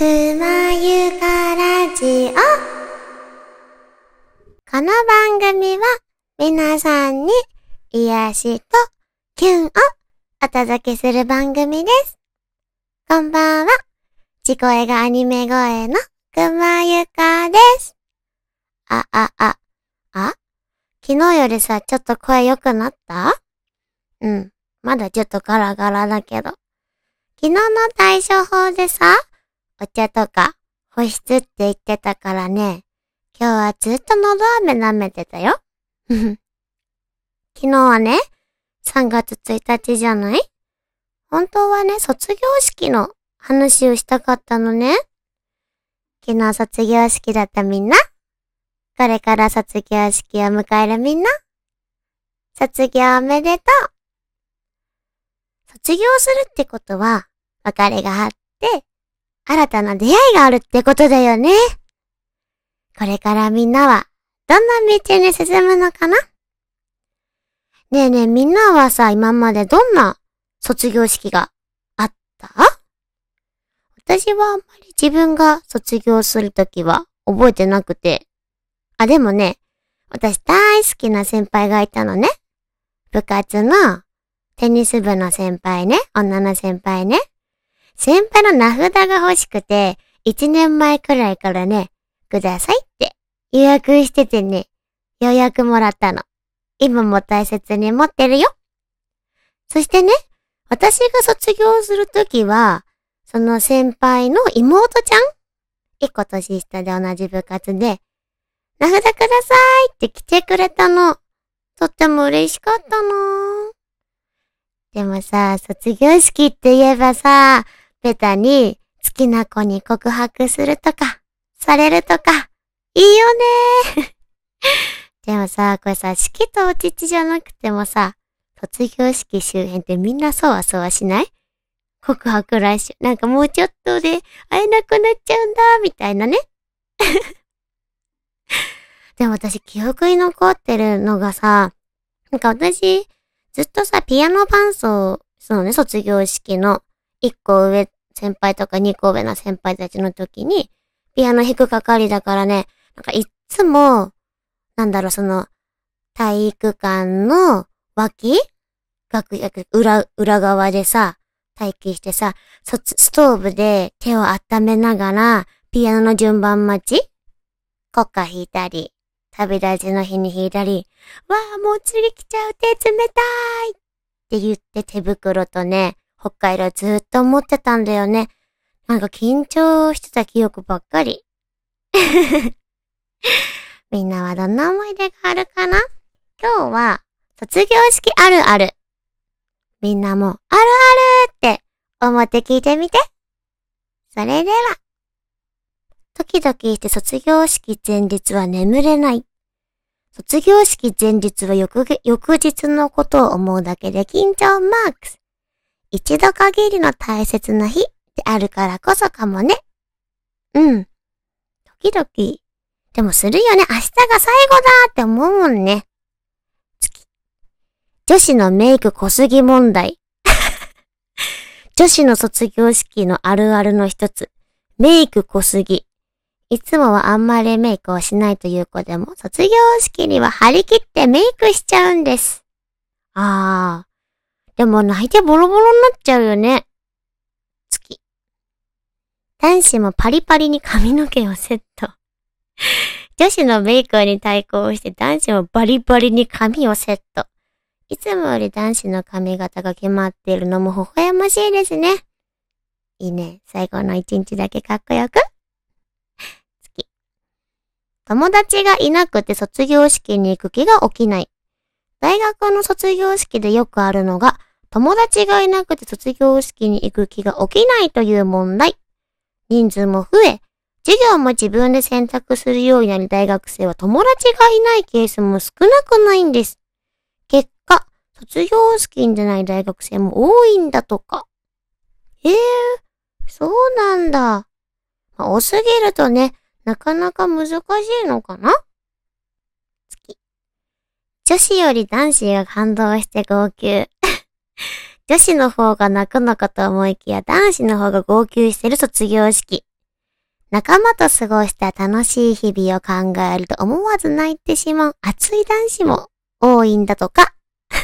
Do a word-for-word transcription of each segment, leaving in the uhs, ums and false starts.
くまゆかラジオ。この番組は皆さんに癒しとキュンをお届けする番組です。こんばんは。地声がアニメ声のくまゆかです。あ、あ、あ、あ昨日よりさ、ちょっと声良くなった？うん。まだちょっとガラガラだけど。昨日の対処法でさ、お茶とか保湿って言ってたからね、今日はずっと喉飴舐めてたよ。昨日はね、さんがつついたちじゃない？本当はね、卒業式の話をしたかったのね。昨日卒業式だったみんな、これから卒業式を迎えるみんな、卒業おめでとう。卒業するってことは、別れがあって、新たな出会いがあるってことだよね。これからみんなは、どんな道に進むのかな？ねえねえ、みんなはさ、今までどんな卒業式があった？私はあんまり自分が卒業するときは覚えてなくて。あ、でもね、私大好きな先輩がいたのね。部活のテニス部の先輩ね、女の先輩ね。先輩の名札が欲しくて、一年前くらいからね、くださいって予約しててね、予約もらったの。今も大切に持ってるよ。そしてね、私が卒業するときは、その先輩の妹ちゃん？一個年下で同じ部活で、名札くださいって来てくれたの。とっても嬉しかったな。でもさ、卒業式って言えばさ、ベタに好きな子に告白するとか、されるとか、いいよね。でもさ、これさ、式とお乳じゃなくてもさ、卒業式周辺ってみんなそわそわしない？告白ラッシュ。なんかもうちょっとで会えなくなっちゃうんだ、みたいなね。でも私記憶に残ってるのがさ、なんか私、ずっとさ、ピアノ伴奏、そのね、卒業式のいっこ上先輩とかにこ上の先輩たちの時に、ピアノ弾く係だからね、なんかいっつも、なんだろう、その、体育館の脇楽屋、裏、裏側でさ、待機してさ、そストーブで手を温めながら、ピアノの順番待ち国歌弾いたり、旅立ちの日に弾いたり、わあ、もう次来ちゃう、手冷たいって言って手袋とね、北海道ずっと持ってたんだよね。なんか緊張してた記憶ばっかり。みんなはどんな思い出があるかな？今日は卒業式あるある。みんなもあるあるって思って聞いてみて。それでは。ドキドキして卒業式前日は眠れない。卒業式前日は翌、翌日のことを思うだけで緊張マックス。一度限りの大切な日であるからこそかもね。うん。ドキドキ。でもするよね。明日が最後だって思うもんね。月。女子のメイク濃すぎ問題。女子の卒業式のあるあるの一つ。メイク濃すぎ。いつもはあんまりメイクをしないという子でも、卒業式には張り切ってメイクしちゃうんです。あー。でも泣いてボロボロになっちゃうよね。月。男子もパリパリに髪の毛をセット。女子のメイクに対抗して男子もバリバリに髪をセット。いつもより男子の髪型が決まっているのも微笑ましいですね。いいね。最後の一日だけかっこよく。月。友達がいなくて卒業式に行く気が起きない。大学の卒業式でよくあるのが、友達がいなくて卒業式に行く気が起きないという問題。人数も増え、授業も自分で選択するようになり大学生は友達がいないケースも少なくないんです。結果、卒業式に出ない大学生も多いんだとか。えー、そうなんだ。まあ、多すぎるとね、なかなか難しいのかな？月。女子より男子が感動して号泣。女子の方が泣くのかと思いきや男子の方が号泣してる卒業式。 仲間と過ごした楽しい日々を考えると思わず泣いてしまう熱い男子も多いんだとか。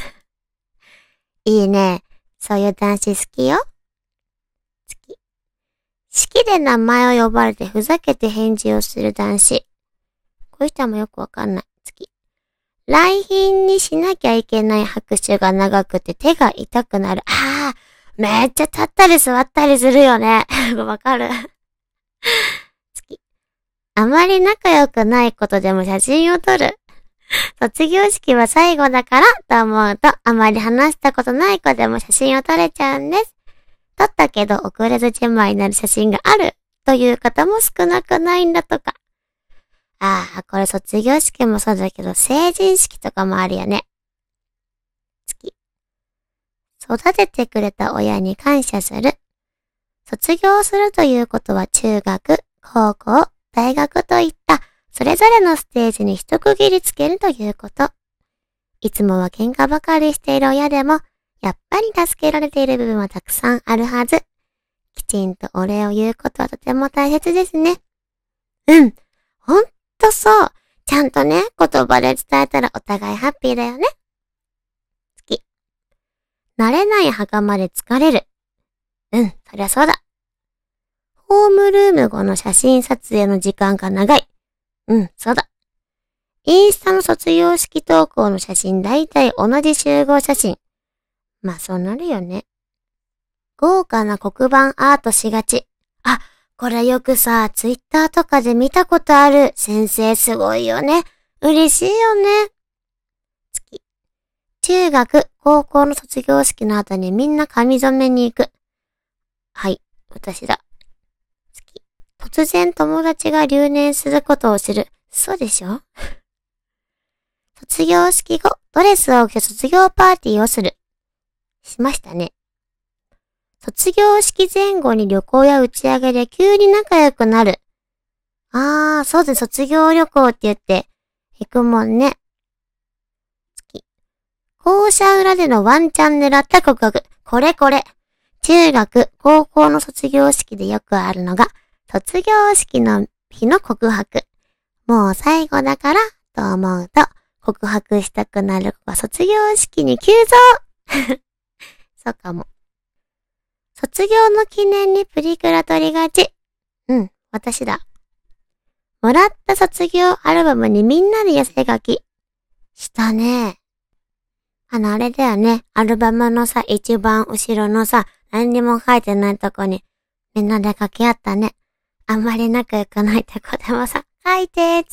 いいね。そういう男子好きよ。好き。式で名前を呼ばれてふざけて返事をする男子。こういう人もよくわかんない。好き。来賓にしなきゃいけない拍手が長くて手が痛くなる。ああ、めっちゃ立ったり座ったりするよね。わかる。好き。あまり仲良くないことでも写真を撮る。卒業式は最後だからと思うと、あまり話したことない子でも写真を撮れちゃうんです。撮ったけど遅れずじまいになる写真があるという方も少なくないんだとか。ああ、これ卒業式もそうだけど成人式とかもあるよね。好き。育ててくれた親に感謝する。卒業するということは中学、高校、大学といったそれぞれのステージに一区切りつけるということ。いつもは喧嘩ばかりしている親でも、やっぱり助けられている部分はたくさんあるはず。きちんとお礼を言うことはとても大切ですね。うん、ほんとそう。ちゃんとね、言葉で伝えたらお互いハッピーだよね。好き。慣れない袴で疲れる。うん、そりゃそうだ。ホームルーム後の写真撮影の時間が長い。うん、そうだ。インスタの卒業式投稿の写真だいたい同じ集合写真。まあそうなるよね。豪華な黒板アートしがち。あ、これよくさ、ツイッターとかで見たことある。先生すごいよね。嬉しいよね。好き。中学、高校の卒業式の後にみんな髪染めに行く。はい、私だ。好き。突然友達が留年することを知る。そうでしょ？卒業式後、ドレスを着て卒業パーティーをする。しましたね。卒業式前後に旅行や打ち上げで急に仲良くなる。あー、そうです。卒業旅行って言って行くもんね。好き。校舎裏でのワンチャン狙った告白。これこれ。中学、高校の卒業式でよくあるのが、卒業式の日の告白。もう最後だからと思うと、告白したくなる子が卒業式に急増そうかも。卒業の記念にプリクラ撮りがち。うん、私だ。もらった卒業アルバムにみんなで寄せ書き。したね。あの、あれだよね。アルバムのさ、一番後ろのさ、何にも書いてないとこに、みんなで書き合ったね。あんまり仲良くないって子でもさ、書いてーつって。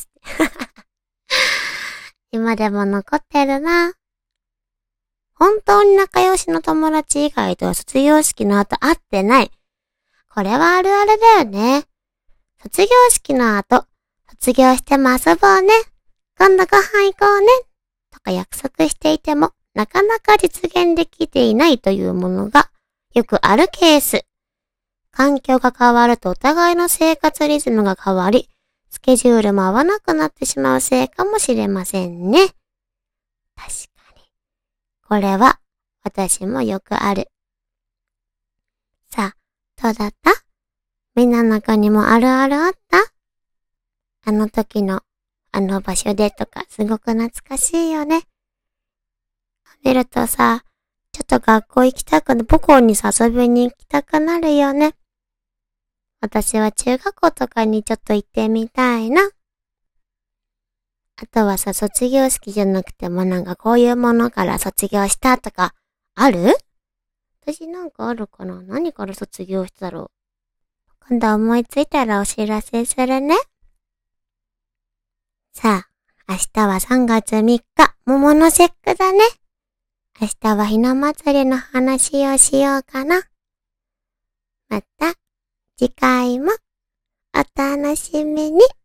今でも残ってるな。本当に仲良しの友達以外とは卒業式の後会ってない。これはあるあるだよね。卒業式の後、卒業しても遊ぼうね。今度ご飯行こうね。とか約束していても、なかなか実現できていないというものがよくあるケース。環境が変わるとお互いの生活リズムが変わり、スケジュールも合わなくなってしまうせいかもしれませんね。確かに。これは私もよくある。さあ、どうだった？みんなの中にもあるあるあった？あの時のあの場所でとかすごく懐かしいよね。見るとさ、ちょっと学校行きたくな、母校にさ遊びに行きたくなるよね。私は中学校とかにちょっと行ってみたいな。あとはさ、卒業式じゃなくてもなんかこういうものから卒業したとか、ある？私なんかあるかな？何から卒業したろう？今度思いついたらお知らせするね。さあ、明日はさんがつみっか、桃の節句だね。明日はひな祭りの話をしようかな。また、次回もお楽しみに。